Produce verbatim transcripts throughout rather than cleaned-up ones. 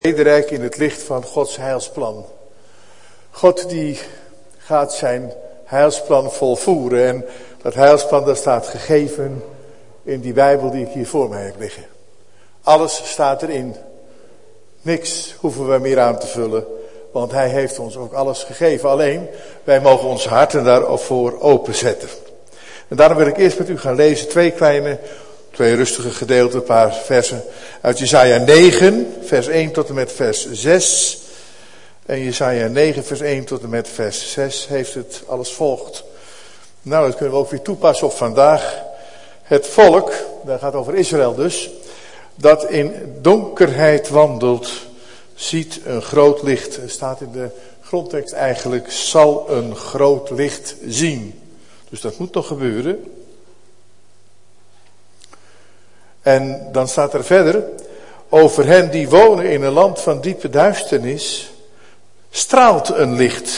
Nederijk in het licht van Gods heilsplan. God die gaat zijn heilsplan volvoeren. En dat heilsplan dat staat gegeven in die Bijbel die ik hier voor mij heb liggen. Alles staat erin. Niks hoeven we meer aan te vullen. Want hij heeft ons ook alles gegeven. Alleen, wij mogen onze harten daarvoor openzetten. En daarom wil ik eerst met u gaan lezen twee kleine, twee rustige gedeelten, een paar versen uit Jesaja negen, vers één tot en met vers zes. En Jesaja negen, vers één tot en met vers zes heeft het alles volgt. Nou, dat kunnen we ook weer toepassen op vandaag. Het volk, dat gaat over Israël dus, dat in donkerheid wandelt, ziet een groot licht. Er staat in de grondtekst eigenlijk, zal een groot licht zien. Dus dat moet nog gebeuren. En dan staat er verder, over hen die wonen in een land van diepe duisternis, straalt een licht.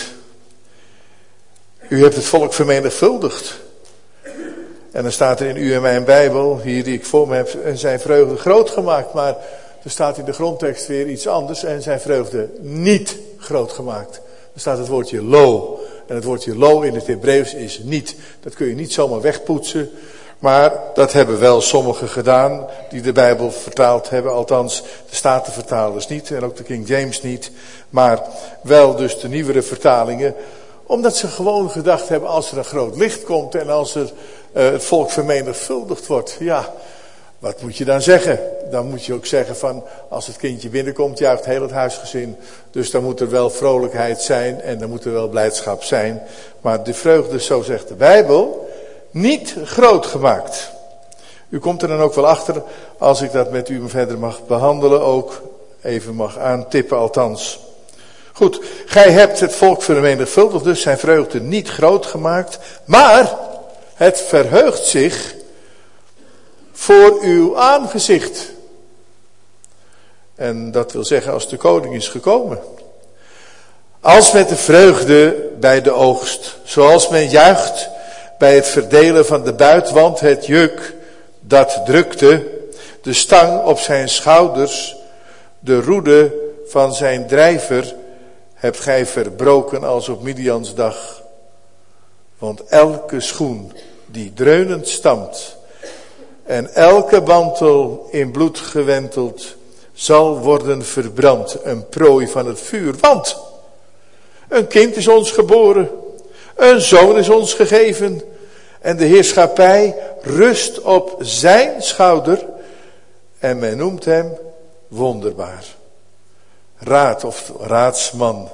U hebt het volk vermenigvuldigd. En dan staat er in u en mijn Bijbel, hier die ik voor me heb, en zijn vreugde groot gemaakt. Maar er staat in de grondtekst weer iets anders, en zijn vreugde niet groot gemaakt. Er staat het woordje lo. En het woordje lo in het Hebreeuws is niet. Dat kun je niet zomaar wegpoetsen. Maar dat hebben wel sommigen gedaan die de Bijbel vertaald hebben. Althans, de Statenvertalers niet en ook de King James niet. Maar wel dus de nieuwere vertalingen. Omdat ze gewoon gedacht hebben, als er een groot licht komt en als er uh, het volk vermenigvuldigd wordt. Ja, wat moet je dan zeggen? Dan moet je ook zeggen van, als het kindje binnenkomt, juicht heel het huisgezin. Dus dan moet er wel vrolijkheid zijn en dan moet er wel blijdschap zijn. Maar de vreugde, zo zegt de Bijbel, niet groot gemaakt. U komt er dan ook wel achter, als ik dat met u verder mag behandelen, ook even mag aantippen althans. Goed, gij hebt het volk vermenigvuldigd, dus zijn vreugde niet groot gemaakt, maar het verheugt zich voor uw aangezicht. En dat wil zeggen als de koning is gekomen. Als met de vreugde bij de oogst, zoals men juicht bij het verdelen van de buit, want het juk dat drukte, de stang op zijn schouders, de roede van zijn drijver, hebt gij verbroken als op Midians dag. Want elke schoen die dreunend stampt en elke mantel in bloed gewenteld zal worden verbrand, een prooi van het vuur. Want een kind is ons geboren, een zoon is ons gegeven en de heerschappij rust op zijn schouder en men noemt hem wonderbaar. Raad of raadsman.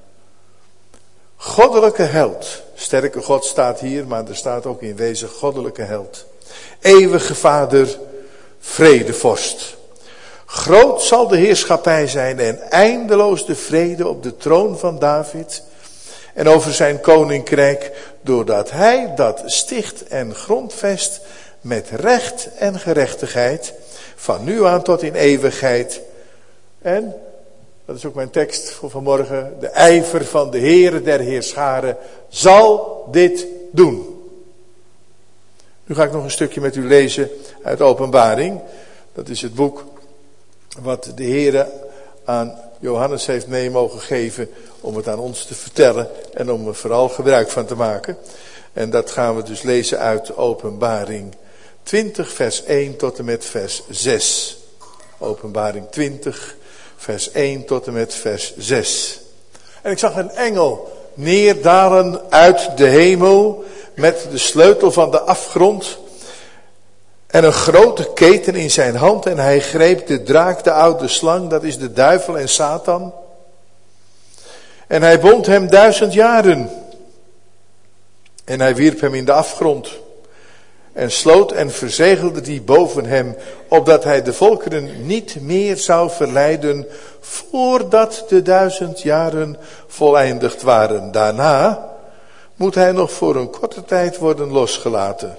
Goddelijke held. Sterke God staat hier, maar er staat ook in wezen goddelijke held. Eeuwige Vader, vredevorst. Groot zal de heerschappij zijn en eindeloos de vrede op de troon van David en over zijn koninkrijk, doordat hij dat sticht en grondvest met recht en gerechtigheid, van nu aan tot in eeuwigheid. En, dat is ook mijn tekst voor vanmorgen, de ijver van de Heere der Heerscharen zal dit doen. Nu ga ik nog een stukje met u lezen uit Openbaring. Dat is het boek wat de Heere aan Johannes heeft mee mogen geven om het aan ons te vertellen en om er vooral gebruik van te maken. En dat gaan we dus lezen uit Openbaring twintig vers één tot en met vers zes. Openbaring twintig vers één tot en met vers zes. En ik zag een engel neerdalen uit de hemel met de sleutel van de afgrond en een grote keten in zijn hand, en hij greep de draak, de oude slang, dat is de duivel en Satan. En hij bond hem duizend jaren. En hij wierp hem in de afgrond. En sloot en verzegelde die boven hem, opdat hij de volkeren niet meer zou verleiden, voordat de duizend jaren voleindigd waren. Daarna moet hij nog voor een korte tijd worden losgelaten.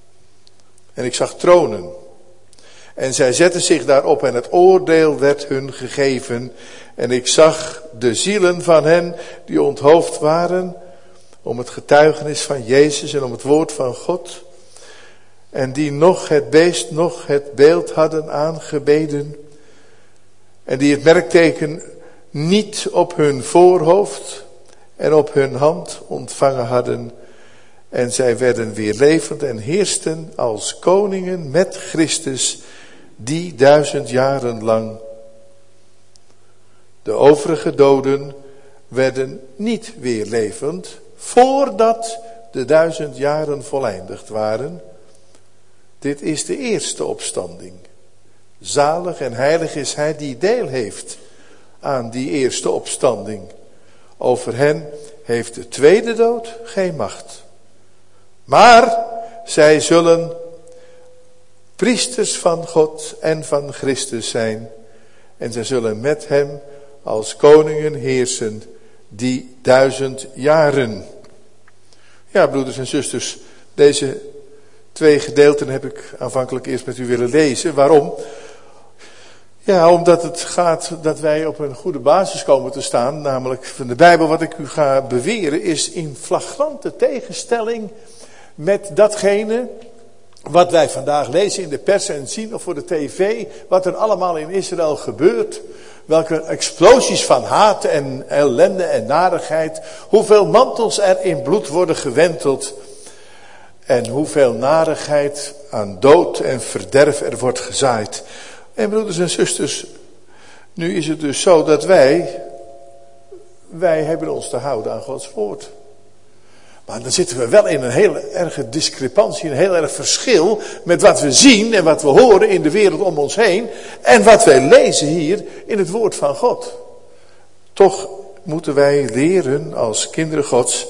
En ik zag tronen. En zij zetten zich daarop en het oordeel werd hun gegeven. En ik zag de zielen van hen die onthoofd waren om het getuigenis van Jezus en om het woord van God. En die nog het beest, nog het beeld hadden aangebeden. En die het merkteken niet op hun voorhoofd en op hun hand ontvangen hadden. En zij werden weer levend en heersten als koningen met Christus die duizend jaren lang. De overige doden werden niet weer levend voordat de duizend jaren voleindigd waren. Dit is de eerste opstanding. Zalig en heilig is hij die deel heeft aan die eerste opstanding. Over hen heeft de tweede dood geen macht. Maar zij zullen priesters van God en van Christus zijn. En zij zullen met hem als koningen heersen die duizend jaren. Ja, broeders en zusters, deze twee gedeelten heb ik aanvankelijk eerst met u willen lezen. Waarom? Ja, omdat het gaat dat wij op een goede basis komen te staan. Namelijk van de Bijbel, wat ik u ga beweren, is in flagrante tegenstelling met datgene wat wij vandaag lezen in de pers en zien of voor de tv. Wat er allemaal in Israël gebeurt. Welke explosies van haat en ellende en narigheid. Hoeveel mantels er in bloed worden gewenteld. En hoeveel narigheid aan dood en verderf er wordt gezaaid. En broeders en zusters, nu is het dus zo dat wij, wij hebben ons te houden aan Gods woord. Maar dan zitten we wel in een heel erge discrepantie, een heel erg verschil met wat we zien en wat we horen in de wereld om ons heen. En wat wij lezen hier in het woord van God. Toch moeten wij leren als kinderen Gods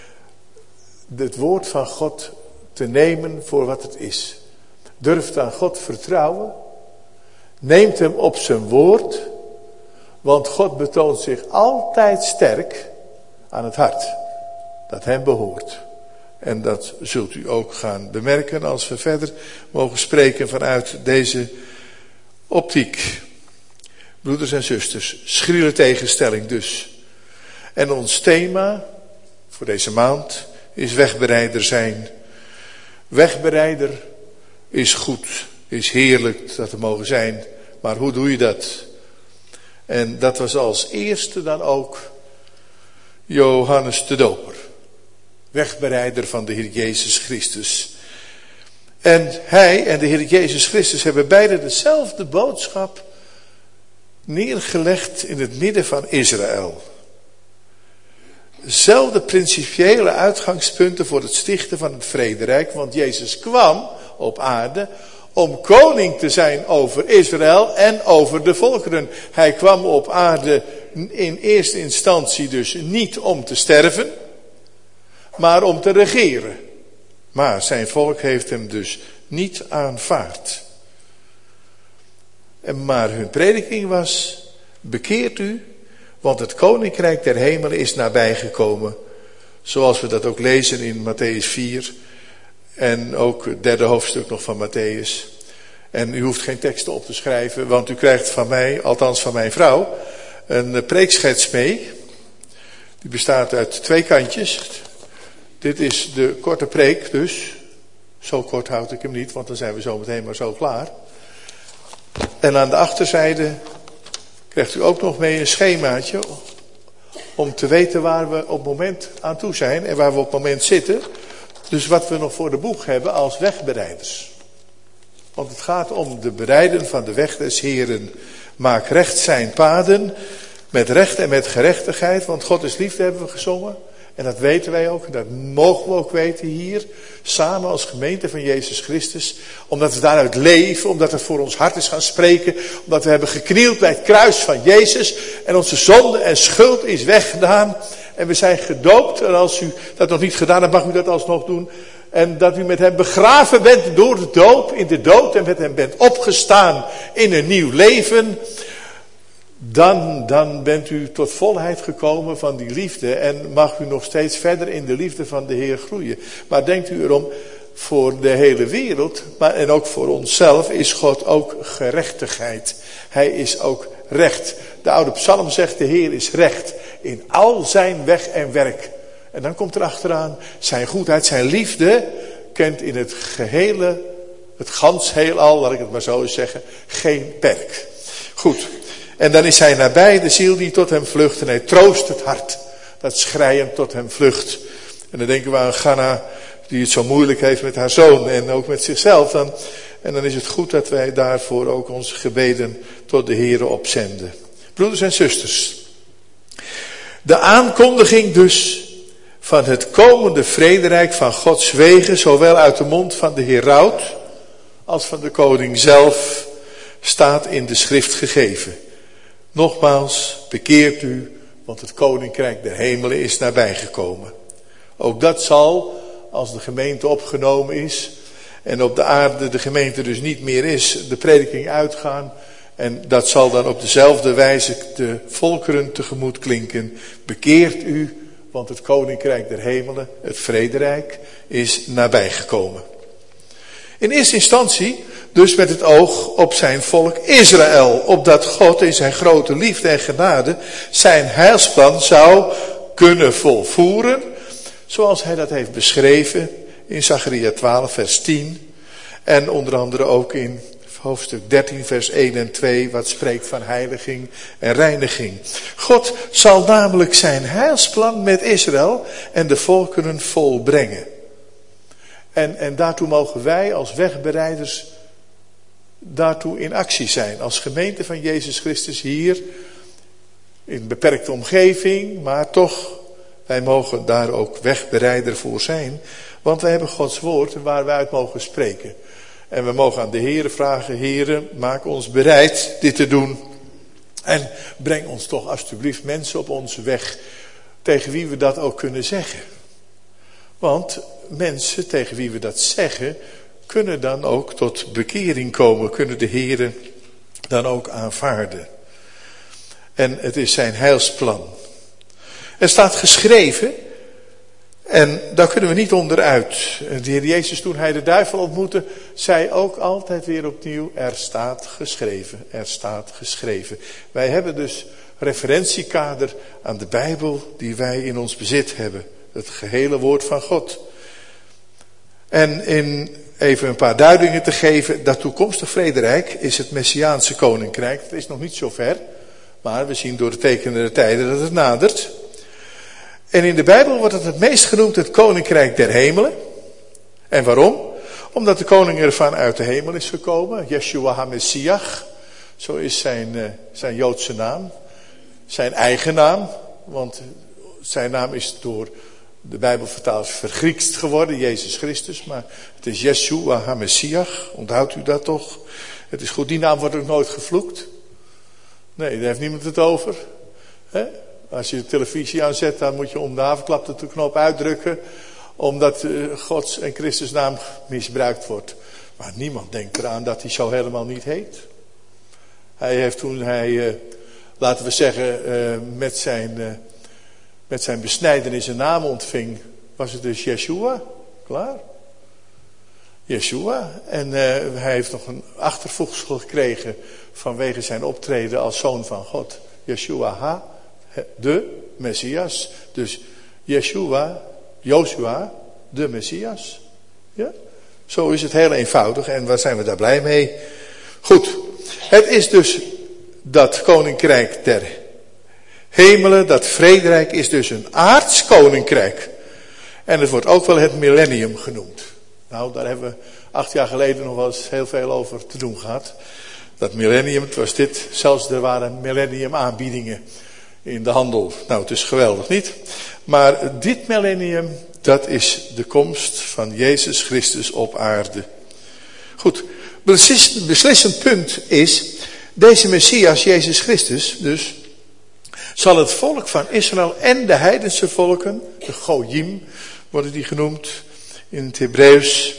het woord van God te nemen voor wat het is. Durft aan God vertrouwen. Neemt hem op zijn woord. Want God betoont zich altijd sterk aan het hart dat hem behoort. En dat zult u ook gaan bemerken als we verder mogen spreken vanuit deze optiek. Broeders en zusters, schrille tegenstelling dus. En ons thema voor deze maand is wegbereider zijn. Wegbereider is goed, is heerlijk dat er mogen zijn. Maar hoe doe je dat? En dat was als eerste dan ook Johannes de Doper. Wegbereider van de Heer Jezus Christus. En hij en de Heer Jezus Christus hebben beide dezelfde boodschap neergelegd in het midden van Israël. Dezelfde principiële uitgangspunten voor het stichten van het vrederijk. Want Jezus kwam op aarde om koning te zijn over Israël en over de volkeren. Hij kwam op aarde in eerste instantie dus niet om te sterven, maar om te regeren. Maar zijn volk heeft hem dus niet aanvaard. En maar hun prediking was: bekeert u, want het koninkrijk der hemelen is nabijgekomen. Zoals we dat ook lezen in Matthäus vier. En ook het derde hoofdstuk nog van Matthäus. En u hoeft geen teksten op te schrijven, want u krijgt van mij, althans van mijn vrouw, een preekschets mee. Die bestaat uit twee kantjes. Dit is de korte preek dus. Zo kort houd ik hem niet, want dan zijn we zo meteen maar zo klaar. En aan de achterzijde krijgt u ook nog mee een schemaatje om te weten waar we op het moment aan toe zijn en waar we op het moment zitten. Dus wat we nog voor de boeg hebben als wegbereiders. Want het gaat om de bereiden van de weg des Heren. Maak recht zijn paden met recht en met gerechtigheid, want God is liefde, hebben we gezongen. En dat weten wij ook, en dat mogen we ook weten hier, samen als gemeente van Jezus Christus. Omdat we daaruit leven, omdat het voor ons hart is gaan spreken. Omdat we hebben geknield bij het kruis van Jezus. En onze zonde en schuld is weggedaan. En we zijn gedoopt. En als u dat nog niet gedaan hebt, mag u dat alsnog doen. En dat u met hem begraven bent door de doop, in de dood. En met hem bent opgestaan in een nieuw leven. Dan, dan bent u tot volheid gekomen van die liefde en mag u nog steeds verder in de liefde van de Heer groeien. Maar denkt u erom, voor de hele wereld, maar en ook voor onszelf is God ook gerechtigheid. Hij is ook recht. De oude psalm zegt, de Heer is recht in al zijn weg en werk. En dan komt er achteraan, zijn goedheid, zijn liefde kent in het gehele, het gans heelal, laat ik het maar zo eens zeggen, geen perk. Goed. En dan is hij nabij de ziel die tot hem vlucht. En hij troost het hart dat schreiend tot hem vlucht. En dan denken we aan Ganna die het zo moeilijk heeft met haar zoon en ook met zichzelf. Dan, en dan is het goed dat wij daarvoor ook onze gebeden tot de Heere opzenden. Broeders en zusters. De aankondiging dus van het komende vrederijk van Gods wegen, zowel uit de mond van de heraut als van de koning zelf, staat in de schrift gegeven. Nogmaals, bekeert u, want het koninkrijk der hemelen is nabijgekomen. Ook dat zal, als de gemeente opgenomen is en op de aarde de gemeente dus niet meer is, de prediking uitgaan. En dat zal dan op dezelfde wijze de volkeren tegemoet klinken. Bekeert u, want het koninkrijk der hemelen, het vrederijk, is nabijgekomen. In eerste instantie dus met het oog op zijn volk Israël. Opdat God in zijn grote liefde en genade zijn heilsplan zou kunnen volvoeren. Zoals hij dat heeft beschreven in Zacharia twaalf vers tien. En onder andere ook in hoofdstuk dertien vers één en twee. Wat spreekt van heiliging en reiniging. God zal namelijk zijn heilsplan met Israël en de volkeren volbrengen. En, en daartoe mogen wij als wegbereiders daartoe in actie zijn. Als gemeente van Jezus Christus hier in een beperkte omgeving. Maar toch, wij mogen daar ook wegbereider voor zijn. Want wij hebben Gods woord waar wij uit mogen spreken. En we mogen aan de Heere vragen, Heere, maak ons bereid dit te doen. En breng ons toch alsjeblieft mensen op onze weg tegen wie we dat ook kunnen zeggen. Want mensen tegen wie we dat zeggen, kunnen dan ook tot bekering komen. Kunnen de Heere dan ook aanvaarden. En het is zijn heilsplan. Er staat geschreven, en daar kunnen we niet onderuit. De Heer Jezus, toen hij de duivel ontmoette, zei ook altijd weer opnieuw, er staat geschreven, er staat geschreven. Wij hebben dus referentiekader aan de Bijbel die wij in ons bezit hebben. Het gehele woord van God. En in even een paar duidingen te geven, dat toekomstig vrederijk is het Messiaanse koninkrijk. Het is nog niet zo ver, maar we zien door de tekenen der tijden dat het nadert. En in de Bijbel wordt het het meest genoemd het koninkrijk der hemelen. En waarom? Omdat de koning ervan uit de hemel is gekomen. Yeshua HaMessiach, zo is zijn, uh, zijn Joodse naam. Zijn eigen naam, want zijn naam is door de Bijbelvertalers vergriekst geworden, Jezus Christus. Maar het is Yeshua HaMessiach, onthoudt u dat toch? Het is goed, die naam wordt ook nooit gevloekt. Nee, daar heeft niemand het over. He? Als je de televisie aanzet, dan moet je om de haverklap de knop uitdrukken. Omdat uh, Gods en Christus naam misbruikt wordt. Maar niemand denkt eraan dat hij zo helemaal niet heet. Hij heeft toen hij, uh, laten we zeggen, uh, met, zijn, uh, met zijn besnijdenis een naam ontving. Was het dus Yeshua? Klaar. Yeshua. En uh, hij heeft nog een achtervoegsel gekregen vanwege zijn optreden als zoon van God. Yeshua ha. De Messias. Dus Yeshua, Joshua, de Messias. Ja? Zo is het heel eenvoudig en waar zijn we daar blij mee? Goed, het is dus dat koninkrijk der hemelen, dat vrederijk is dus een aards koninkrijk. En het wordt ook wel het millennium genoemd. Nou, daar hebben we acht jaar geleden nog wel eens heel veel over te doen gehad. Dat millennium, het was dit, zelfs er waren millennium aanbiedingen in de handel. Nou, het is geweldig, niet? Maar dit millennium, dat is de komst van Jezus Christus op aarde. Goed, beslissend punt is, deze Messias, Jezus Christus, dus, zal het volk van Israël en de heidense volken, de Goyim worden die genoemd in het Hebreeuws,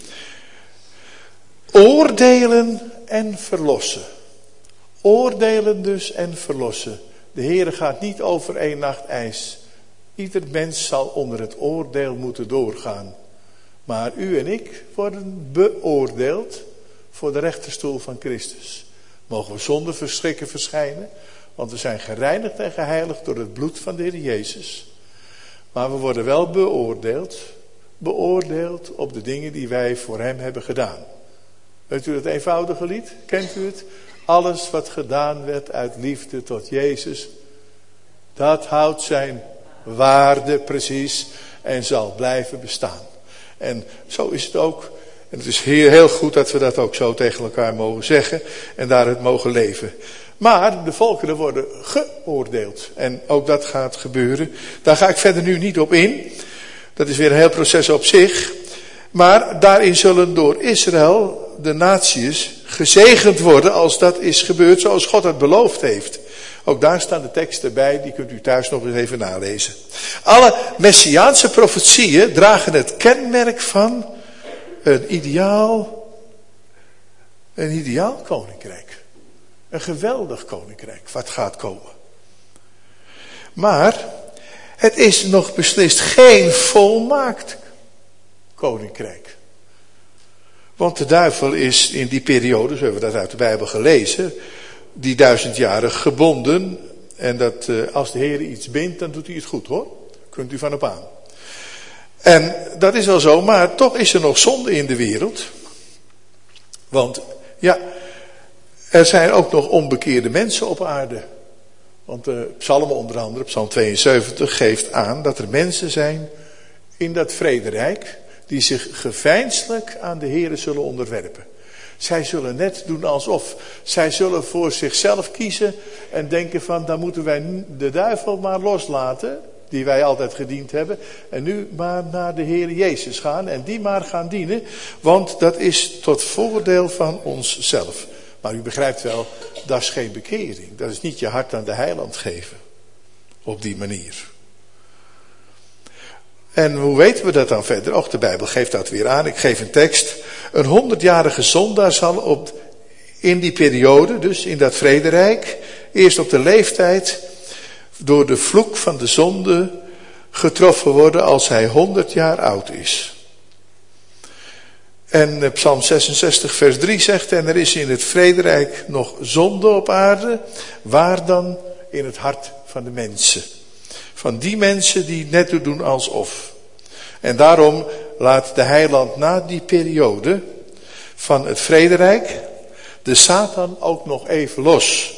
oordelen en verlossen. Oordelen dus en verlossen. De Heere gaat niet over één nacht ijs. Ieder mens zal onder het oordeel moeten doorgaan. Maar u en ik worden beoordeeld voor de rechterstoel van Christus. Mogen we zonder verschrikken verschijnen, want we zijn gereinigd en geheiligd door het bloed van de Heer Jezus. Maar we worden wel beoordeeld, beoordeeld op de dingen die wij voor hem hebben gedaan. Weet u dat eenvoudige lied? Kent u het? Alles wat gedaan werd uit liefde tot Jezus, dat houdt zijn waarde precies en zal blijven bestaan. En zo is het ook. En het is heel, heel goed dat we dat ook zo tegen elkaar mogen zeggen en daar het mogen leven. Maar de volkeren worden geoordeeld. En ook dat gaat gebeuren. Daar ga ik verder nu niet op in. Dat is weer een heel proces op zich. Maar daarin zullen door Israël de naties gezegend worden als dat is gebeurd zoals God het beloofd heeft. Ook daar staan de teksten bij, die kunt u thuis nog eens even nalezen. Alle messiaanse profetieën dragen het kenmerk van een ideaal, een ideaal koninkrijk. Een geweldig koninkrijk wat gaat komen. Maar het is nog beslist geen volmaakt koninkrijk. Want de duivel is in die periode, zo hebben we dat uit de Bijbel gelezen, die duizend jaren gebonden. En dat uh, als de Heer iets bindt, dan doet hij het goed hoor. Kunt u van op aan. En dat is wel zo, maar toch is er nog zonde in de wereld. Want ja, er zijn ook nog onbekeerde mensen op aarde. Want de psalmen onder andere, psalm tweeënzeventig, geeft aan dat er mensen zijn in dat vrederijk die zich geveinselijk aan de Heere zullen onderwerpen. Zij zullen net doen alsof. Zij zullen voor zichzelf kiezen en denken van, dan moeten wij de duivel maar loslaten, die wij altijd gediend hebben, en nu maar naar de Heere Jezus gaan en die maar gaan dienen, want dat is tot voordeel van onszelf. Maar u begrijpt wel, dat is geen bekering. Dat is niet je hart aan de heiland geven. Op die manier. En hoe weten we dat dan verder? Och, de Bijbel geeft dat weer aan. Ik geef een tekst. Een honderdjarige zondaar zal op, in die periode, dus in dat vrederijk, eerst op de leeftijd, door de vloek van de zonde getroffen worden als hij honderd jaar oud is. En Psalm zesenzestig vers drie zegt, en er is in het vrederijk nog zonde op aarde, waar dan? In het hart van de mensen. Van die mensen die net doen alsof. En daarom laat de heiland na die periode van het vrederijk de Satan ook nog even los.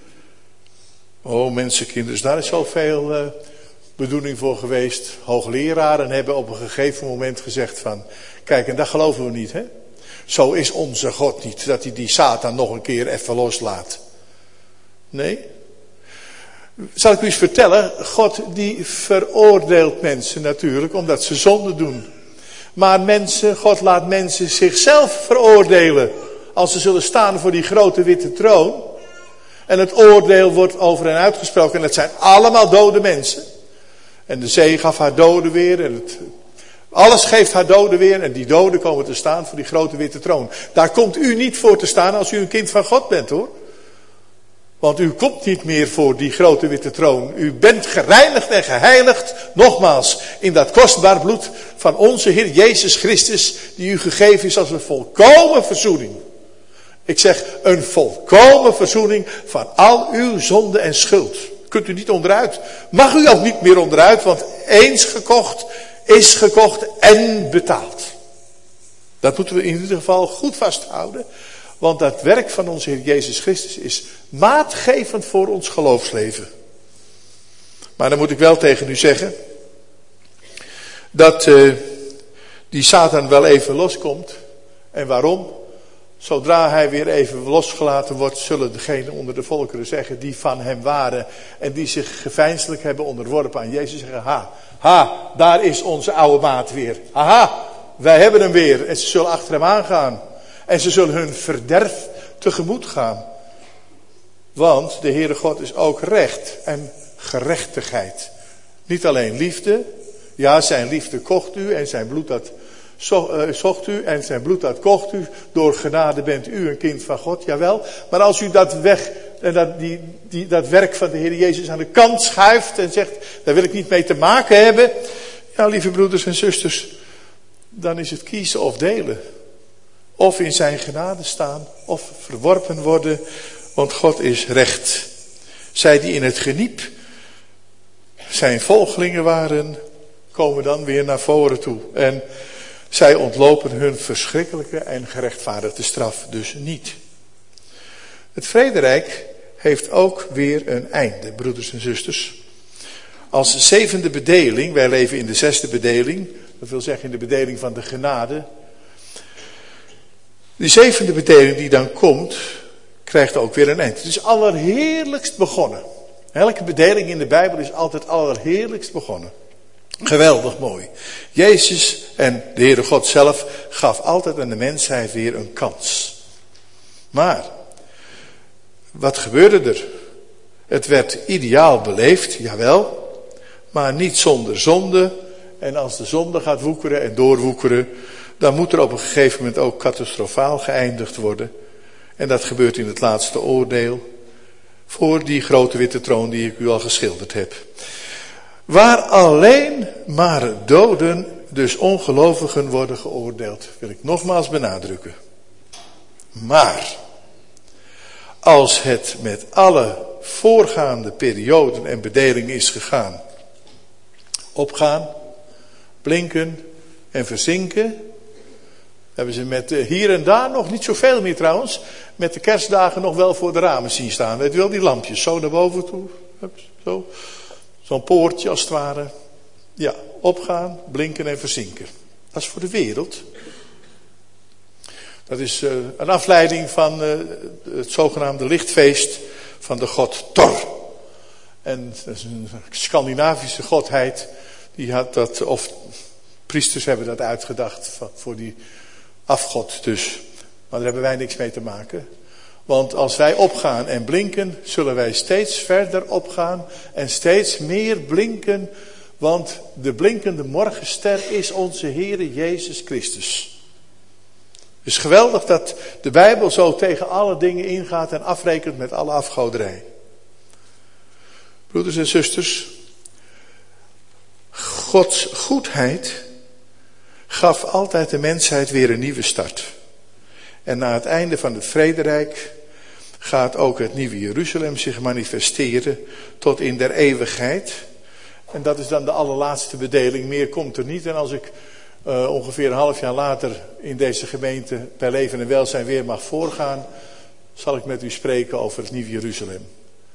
Oh mensenkinders, daar is zoveel uh, bedoeling voor geweest. Hoogleraren hebben op een gegeven moment gezegd van, kijk, en dat geloven we niet, hè? Zo is onze God niet, dat hij die Satan nog een keer even loslaat. Nee. Zal ik u eens vertellen, God die veroordeelt mensen natuurlijk, omdat ze zonde doen. Maar mensen, God laat mensen zichzelf veroordelen, als ze zullen staan voor die grote witte troon. En het oordeel wordt over hen uitgesproken, en het zijn allemaal dode mensen. En de zee gaf haar doden weer, en het... alles geeft haar doden weer en die doden komen te staan voor die grote witte troon. Daar komt u niet voor te staan als u een kind van God bent hoor. Want u komt niet meer voor die grote witte troon. U bent gereinigd en geheiligd, nogmaals, in dat kostbaar bloed van onze Heer Jezus Christus, die u gegeven is als een volkomen verzoening. Ik zeg een volkomen verzoening van al uw zonde en schuld. Kunt u niet onderuit. Mag u ook niet meer onderuit, want eens gekocht is gekocht en betaald. Dat moeten we in ieder geval goed vasthouden. Want dat werk van onze Heer Jezus Christus is maatgevend voor ons geloofsleven. Maar dan moet ik wel tegen u zeggen dat uh, die Satan wel even loskomt. En waarom? Zodra hij weer even losgelaten wordt, zullen degenen onder de volkeren zeggen die van hem waren en die zich geveinselijk hebben onderworpen aan Jezus zeggen, ha, ha, daar is onze oude maat weer. Aha, wij hebben hem weer. En ze zullen achter hem aangaan. En ze zullen hun verderf tegemoet gaan. Want de Heere God is ook recht en gerechtigheid. Niet alleen liefde. Ja, zijn liefde kocht u en zijn bloed dat zocht u en zijn bloed dat kocht u. Door genade bent u een kind van God, jawel. Maar als u dat weg, dat, die, die, dat werk van de Heer Jezus aan de kant schuift en zegt, daar wil ik niet mee te maken hebben. Ja, lieve broeders en zusters, dan is het kiezen of delen. Of in zijn genade staan, of verworpen worden, want God is recht. Zij die in het geniep zijn volgelingen waren, komen dan weer naar voren toe. En zij ontlopen hun verschrikkelijke en gerechtvaardigde straf dus niet. Het vrederijk heeft ook weer een einde, broeders en zusters. Als zevende bedeling, wij leven in de zesde bedeling, dat wil zeggen in de bedeling van de genade. Die zevende bedeling die dan komt, krijgt ook weer een eind. Het is allerheerlijkst begonnen. Elke bedeling in de Bijbel is altijd allerheerlijkst begonnen. Geweldig mooi. Jezus en de Heere God zelf gaf altijd aan de mensheid weer een kans. Maar, wat gebeurde er? Het werd ideaal beleefd, jawel, maar niet zonder zonde. En als de zonde gaat woekeren en doorwoekeren, dan moet er op een gegeven moment ook catastrofaal geëindigd worden. En dat gebeurt in het laatste oordeel, voor die grote witte troon die ik u al geschilderd heb. Waar alleen maar doden, dus ongelovigen, worden geoordeeld, wil ik nogmaals benadrukken. Maar, als het met alle voorgaande perioden en bedelingen is gegaan, opgaan, blinken en verzinken, hebben ze met hier en daar nog niet zoveel meer trouwens, met de kerstdagen nog wel voor de ramen zien staan. Weet u wel, die lampjes, zo naar boven toe, zo, zo'n poortje als het ware. Ja, opgaan, blinken en verzinken. Dat is voor de wereld. Dat is uh, een afleiding van uh, het zogenaamde lichtfeest van de god Thor. En dat is een Scandinavische godheid, die had dat, of priesters hebben dat uitgedacht voor die afgod dus. Maar daar hebben wij niks mee te maken. Want als wij opgaan en blinken, zullen wij steeds verder opgaan en steeds meer blinken. Want de blinkende morgenster is onze Heere Jezus Christus. Het is geweldig dat de Bijbel zo tegen alle dingen ingaat en afrekent met alle afgoderij. Broeders en zusters, Gods goedheid gaf altijd de mensheid weer een nieuwe start. En na het einde van het vrederijk gaat ook het nieuwe Jeruzalem zich manifesteren tot in der eeuwigheid. En dat is dan de allerlaatste bedeling, meer komt er niet. En als ik uh, ongeveer een half jaar later in deze gemeente bij Leven en Welzijn weer mag voorgaan, zal ik met u spreken over het nieuwe Jeruzalem.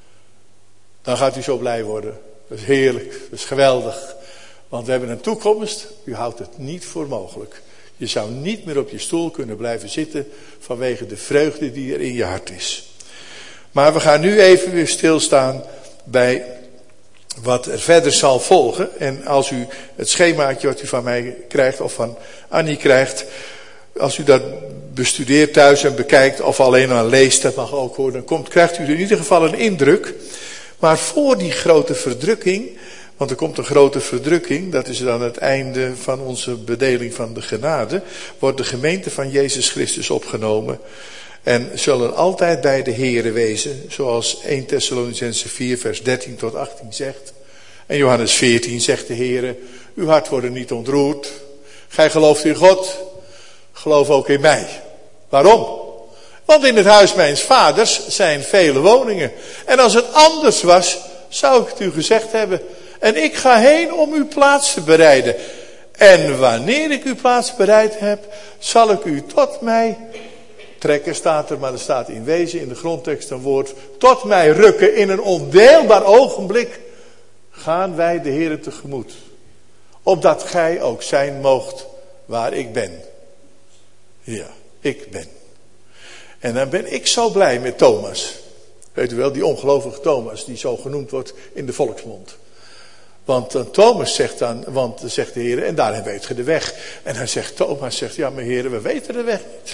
Dan gaat u zo blij worden. Dat is heerlijk, dat is geweldig. Want we hebben een toekomst, u houdt het niet voor mogelijk. Je zou niet meer op je stoel kunnen blijven zitten vanwege de vreugde die er in je hart is. Maar we gaan nu even weer stilstaan bij wat er verder zal volgen. En als u het schemaatje wat u van mij krijgt of van Annie krijgt, als u dat bestudeert thuis en bekijkt of alleen maar leest, dat mag ook hoor, dan komt, krijgt u in ieder geval een indruk. Maar voor die grote verdrukking, want er komt een grote verdrukking, dat is dan het einde van onze bedeling van de genade, wordt de gemeente van Jezus Christus opgenomen en zullen altijd bij de Here wezen, zoals eerste Thessalonicenzen vier vers dertien tot achttien zegt. En Johannes veertien zegt de Here, uw hart wordt niet ontroerd, gij gelooft in God, geloof ook in mij. Waarom? Want in het huis mijns vaders zijn vele woningen. En als het anders was, zou ik het u gezegd hebben. En ik ga heen om uw plaats te bereiden. En wanneer ik uw plaats bereid heb, zal ik u tot mij trekken, staat er, maar er staat in wezen in de grondtekst een woord, tot mij rukken in een ondeelbaar ogenblik, gaan wij de Heere tegemoet. Opdat gij ook zijn moogt waar ik ben. Ja, ik ben. En dan ben ik zo blij met Thomas. Weet u wel, die ongelovige Thomas, die zo genoemd wordt in de volksmond. Want uh, Thomas zegt dan, want uh, zegt de Heer, en daarin weet ge de weg. En hij zegt, Thomas zegt, ja maar Heer, we weten de weg niet.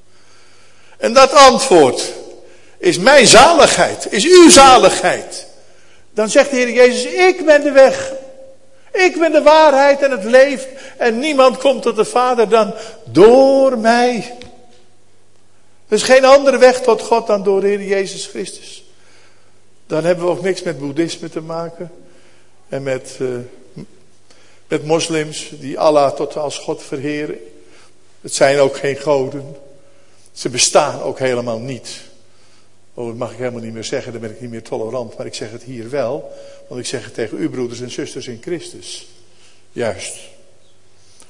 En dat antwoord is mijn zaligheid, is uw zaligheid. Dan zegt de Heer Jezus, ik ben de weg. Ik ben de waarheid en het leven. En niemand komt tot de Vader dan door mij. Er is geen andere weg tot God dan door de Heer Jezus Christus. Dan hebben we ook niks met boeddhisme te maken. En met, uh, met moslims die Allah tot als God verheren. Het zijn ook geen goden. Ze bestaan ook helemaal niet. Oh, dat mag ik helemaal niet meer zeggen, dan ben ik niet meer tolerant. Maar ik zeg het hier wel. Want ik zeg het tegen u broeders en zusters in Christus. Juist.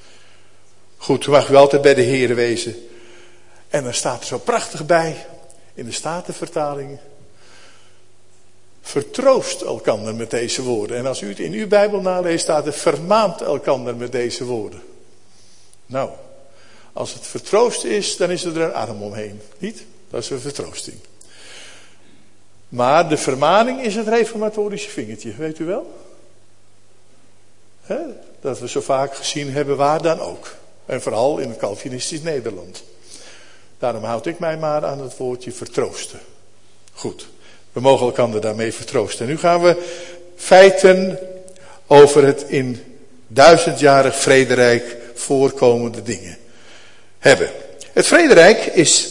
Goed, u mag u altijd bij de Heer wezen. En dan staat er zo prachtig bij. In de Statenvertaling. Vertroost elkander met deze woorden. En als u het in uw Bijbel naleest, staat er vermaant elkander met deze woorden. Nou, als het vertroost is, dan is er een arm omheen. Niet? Dat is een vertroosting. Maar de vermaning is het reformatorische vingertje, weet u wel? He? Dat we zo vaak gezien hebben, waar dan ook. En vooral in het Calvinistisch Nederland. Daarom houd ik mij maar aan het woordje vertroosten. Goed, we mogen elkaar daarmee vertroosten. En nu gaan we feiten over het in duizendjarig vrederijk voorkomende dingen hebben. Het vrederijk is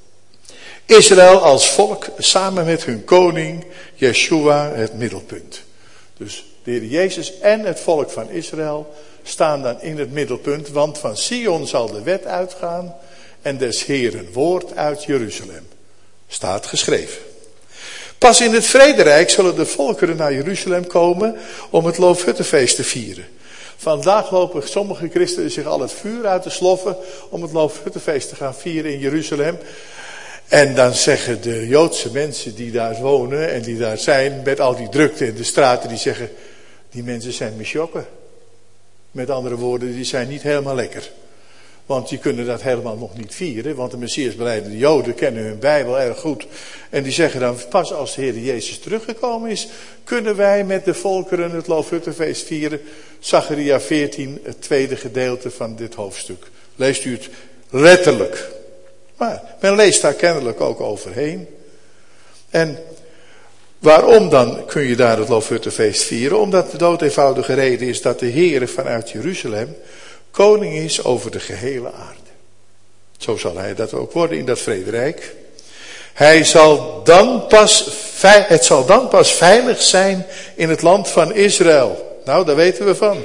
Israël als volk samen met hun koning Yeshua het middelpunt. Dus de Heer Jezus en het volk van Israël staan dan in het middelpunt, want van Sion zal de wet uitgaan en des Heeren woord uit Jeruzalem. Staat geschreven. Pas in het vrederijk zullen de volkeren naar Jeruzalem komen om het Loofhuttenfeest te vieren. Vandaag lopen sommige christenen zich al het vuur uit te sloffen om het Loofhuttenfeest te gaan vieren in Jeruzalem. En dan zeggen de Joodse mensen die daar wonen en die daar zijn, met al die drukte in de straten, die zeggen, die mensen zijn misjokken. Met andere woorden, die zijn niet helemaal lekker. Want die kunnen dat helemaal nog niet vieren, want de Messiasbelijdende Joden kennen hun Bijbel erg goed. En die zeggen dan, pas als de Heer Jezus teruggekomen is, kunnen wij met de volkeren het Loofhuttenfeest vieren. Zacharia veertien, het tweede gedeelte van dit hoofdstuk. Leest u het letterlijk. Maar men leest daar kennelijk ook overheen. En waarom dan kun je daar het Loofhuttenfeest vieren? Omdat de doodeenvoudige reden is dat de Heer vanuit Jeruzalem koning is over de gehele aarde. Zo zal hij dat ook worden in dat vrederijk. Hij zal dan pas, het zal dan pas veilig zijn in het land van Israël. Nou, daar weten we van.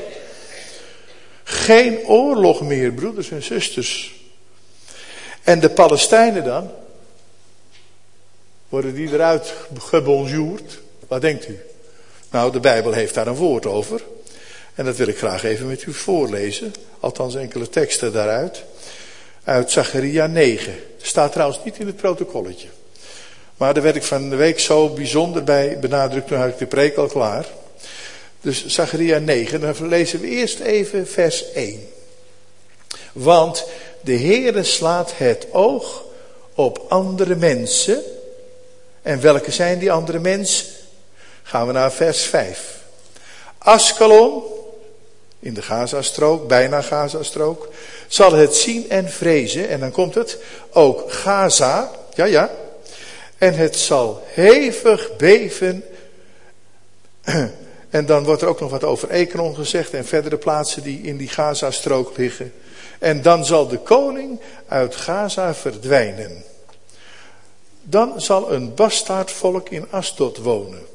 Geen oorlog meer, broeders en zusters. En de Palestijnen dan? Worden die eruit gebonjourd? Wat denkt u? Nou, de Bijbel heeft daar een woord over. En dat wil ik graag even met u voorlezen. Althans enkele teksten daaruit. Uit Zacharia negen. Staat trouwens niet in het protocolletje. Maar daar werd ik van de week zo bijzonder bij benadrukt. Toen had ik de preek al klaar. Dus Zacharia negen. Dan lezen we eerst even vers één. Want de Heere slaat het oog op andere mensen. En welke zijn die andere mensen? Gaan we naar vers vijf. Askelon, in de Gazastrook, bijna Gazastrook, zal het zien en vrezen. En dan komt het, ook Gaza, ja ja. En het zal hevig beven. En dan wordt er ook nog wat over Ekron gezegd en verdere plaatsen die in die Gazastrook liggen. En dan zal de koning uit Gaza verdwijnen. Dan zal een bastaardvolk in Asdod wonen.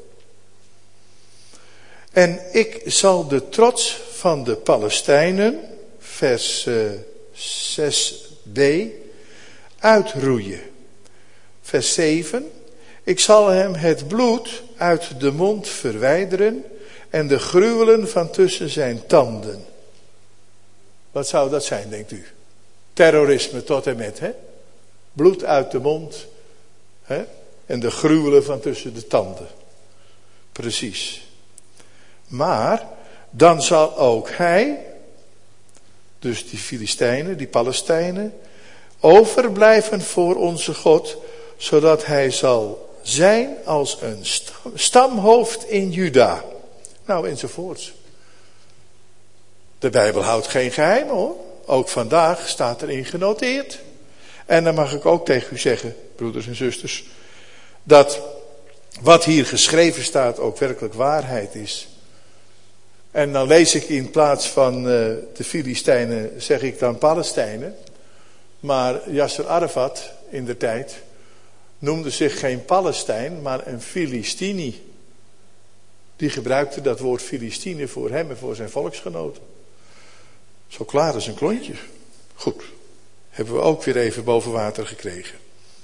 En ik zal de trots van de Palestijnen, vers uh, zes b, uitroeien. Vers zeven. Ik zal hem het bloed uit de mond verwijderen en de gruwelen van tussen zijn tanden. Wat zou dat zijn, denkt u? Terrorisme tot en met, hè? Bloed uit de mond, hè? En de gruwelen van tussen de tanden. Precies. Maar dan zal ook hij, dus die Filistijnen, die Palestijnen, overblijven voor onze God, zodat hij zal zijn als een stamhoofd in Juda. Nou, enzovoorts. De Bijbel houdt geen geheim hoor. Ook vandaag staat erin genoteerd. En dan mag ik ook tegen u zeggen, broeders en zusters, dat wat hier geschreven staat ook werkelijk waarheid is. En dan lees ik in plaats van uh, de Filistijnen, zeg ik dan Palestijnen. Maar Yasser Arafat in de tijd noemde zich geen Palestijn, maar een Filistini. Die gebruikte dat woord Filistine voor hem en voor zijn volksgenoten. Zo klaar als een klontje. Goed, hebben we ook weer even boven water gekregen.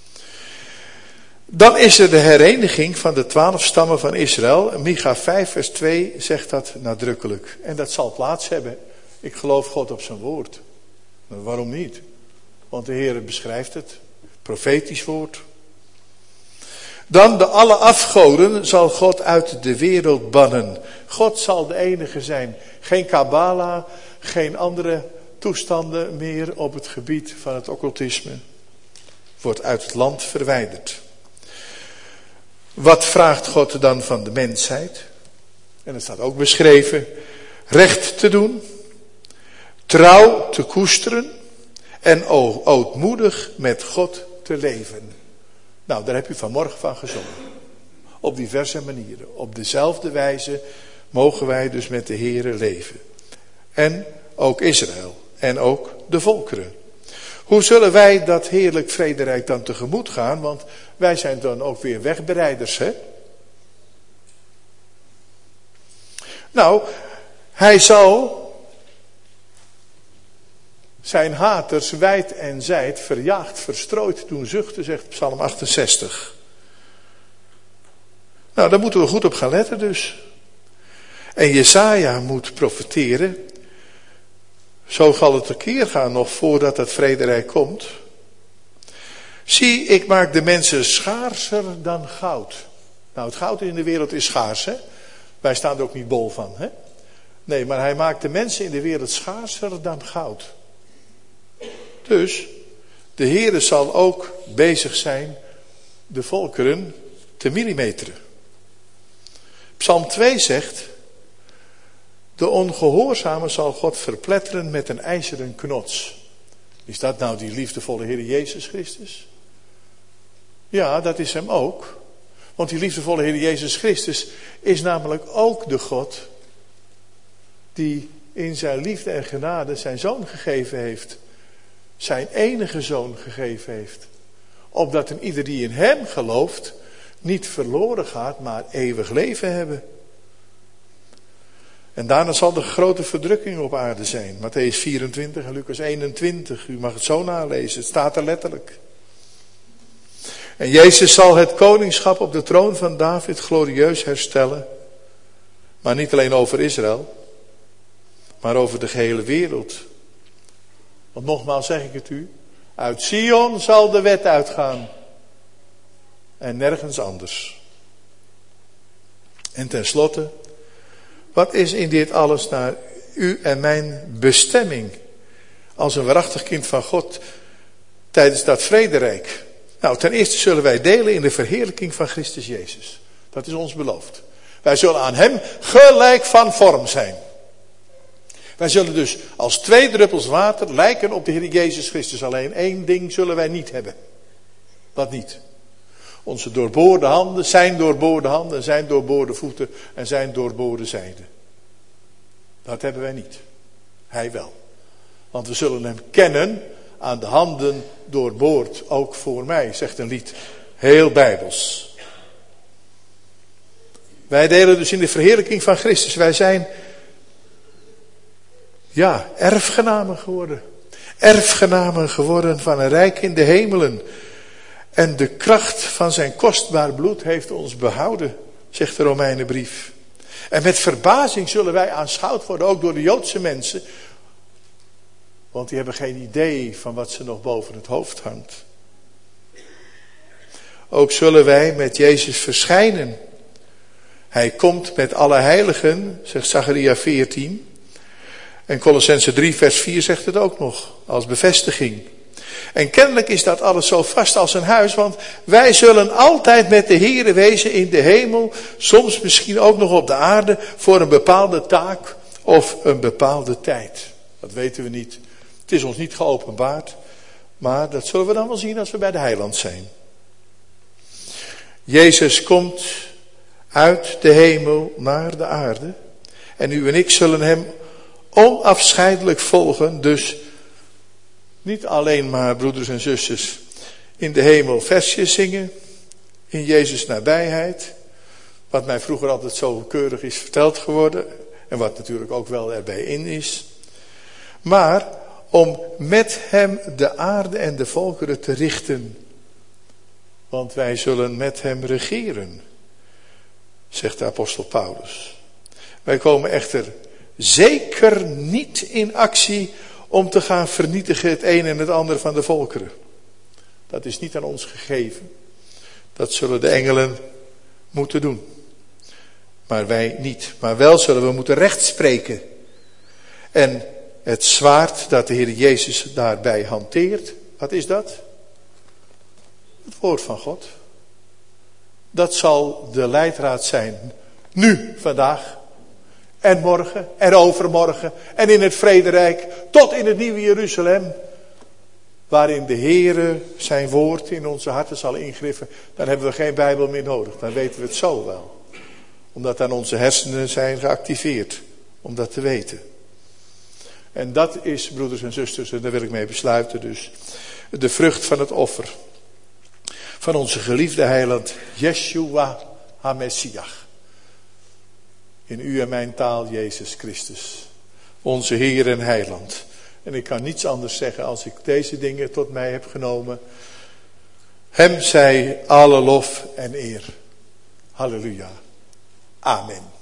Dan is er de hereniging van de twaalf stammen van Israël. Micha vijf vers twee zegt dat nadrukkelijk. En dat zal plaats hebben. Ik geloof God op zijn woord. Maar waarom niet? Want de Heer beschrijft het. Profetisch woord. Dan de alle afgoden zal God uit de wereld bannen. God zal de enige zijn. Geen kabbala, geen andere toestanden meer op het gebied van het occultisme. Wordt uit het land verwijderd. Wat vraagt God dan van de mensheid? En dat staat ook beschreven. Recht te doen. Trouw te koesteren. En ootmoedig met God te leven. Nou, daar heb u vanmorgen van gezongen. Op diverse manieren. Op dezelfde wijze mogen wij dus met de Heere leven. En ook Israël. En ook de volkeren. Hoe zullen wij dat heerlijk vrederijk dan tegemoet gaan? Want wij zijn dan ook weer wegbereiders, hè? Nou, hij zal zijn haters wijd en zijd, verjaagd, verstrooid doen zuchten, zegt Psalm achtenzestig. Nou, daar moeten we goed op gaan letten dus. En Jesaja moet profeteren. Zo zal het tekeer gaan nog voordat het vrederijk komt. Zie, ik maak de mensen schaarser dan goud. Nou, het goud in de wereld is schaars, hè? Wij staan er ook niet bol van, hè? Nee, maar hij maakt de mensen in de wereld schaarser dan goud. Dus, de Heere zal ook bezig zijn de volkeren te millimeteren. Psalm twee zegt, de ongehoorzame zal God verpletteren met een ijzeren knots. Is dat nou die liefdevolle Heer Jezus Christus? Ja, dat is hem ook. Want die liefdevolle Heer Jezus Christus is namelijk ook de God die in zijn liefde en genade zijn zoon gegeven heeft. Zijn enige zoon gegeven heeft. Opdat een ieder die in hem gelooft niet verloren gaat, maar eeuwig leven hebben. En daarna zal de grote verdrukking op aarde zijn. Mattheüs vierentwintig en Lucas eenentwintig. U mag het zo nalezen. Het staat er letterlijk. En Jezus zal het koningschap op de troon van David glorieus herstellen. Maar niet alleen over Israël. Maar over de gehele wereld. Want nogmaals zeg ik het u. Uit Sion zal de wet uitgaan. En nergens anders. En tenslotte. Wat is in dit alles naar u en mijn bestemming? Als een waarachtig kind van God. Tijdens dat vrederijk. Nou, ten eerste zullen wij delen in de verheerlijking van Christus Jezus. Dat is ons beloofd. Wij zullen aan hem gelijk van vorm zijn. Wij zullen dus als twee druppels water lijken op de Heer Jezus Christus. Alleen één ding zullen wij niet hebben. Wat niet? Onze doorboorde handen, zijn doorboorde handen, zijn doorboorde voeten en zijn doorboorde zijden. Dat hebben wij niet. Hij wel. Want we zullen hem kennen aan de handen doorboord, ook voor mij, zegt een lied. Heel bijbels. Wij delen dus in de verheerlijking van Christus. Wij zijn, ja, erfgenamen geworden. Erfgenamen geworden van een rijk in de hemelen. En de kracht van zijn kostbaar bloed heeft ons behouden, zegt de Romeinenbrief. En met verbazing zullen wij aanschouwd worden, ook door de Joodse mensen. Want die hebben geen idee van wat ze nog boven het hoofd hangt. Ook zullen wij met Jezus verschijnen. Hij komt met alle heiligen, zegt Zacharia veertien. En Kolossenzen drie vers vier zegt het ook nog, als bevestiging. En kennelijk is dat alles zo vast als een huis, want wij zullen altijd met de Here wezen in de hemel, soms misschien ook nog op de aarde, voor een bepaalde taak of een bepaalde tijd. Dat weten we niet. Het is ons niet geopenbaard, maar dat zullen we dan wel zien als we bij de heiland zijn. Jezus komt uit de hemel naar de aarde en u en ik zullen hem onafscheidelijk volgen, dus niet alleen maar, broeders en zusters, in de hemel versjes zingen, in Jezus nabijheid, wat mij vroeger altijd zo keurig is verteld geworden, en wat natuurlijk ook wel erbij in is, maar om met hem de aarde en de volkeren te richten, want wij zullen met hem regeren, zegt de apostel Paulus. Wij komen echter zeker niet in actie om te gaan vernietigen het een en het ander van de volkeren. Dat is niet aan ons gegeven. Dat zullen de engelen moeten doen. Maar wij niet. Maar wel zullen we moeten recht spreken. En het zwaard dat de Heer Jezus daarbij hanteert, wat is dat? Het woord van God. Dat zal de leidraad zijn. Nu, vandaag. En morgen. En overmorgen. En in het vrederijk. Tot in het nieuwe Jeruzalem. Waarin de Heere zijn woord in onze harten zal ingriffen. Dan hebben we geen Bijbel meer nodig. Dan weten we het zo wel. Omdat dan onze hersenen zijn geactiveerd. Om dat te weten. En dat is, broeders en zusters, en daar wil ik mee besluiten dus. De vrucht van het offer. Van onze geliefde heiland, Yeshua HaMessiach. In u en mijn taal, Jezus Christus. Onze Heer en heiland. En ik kan niets anders zeggen als ik deze dingen tot mij heb genomen. Hem zij alle lof en eer. Halleluja. Amen.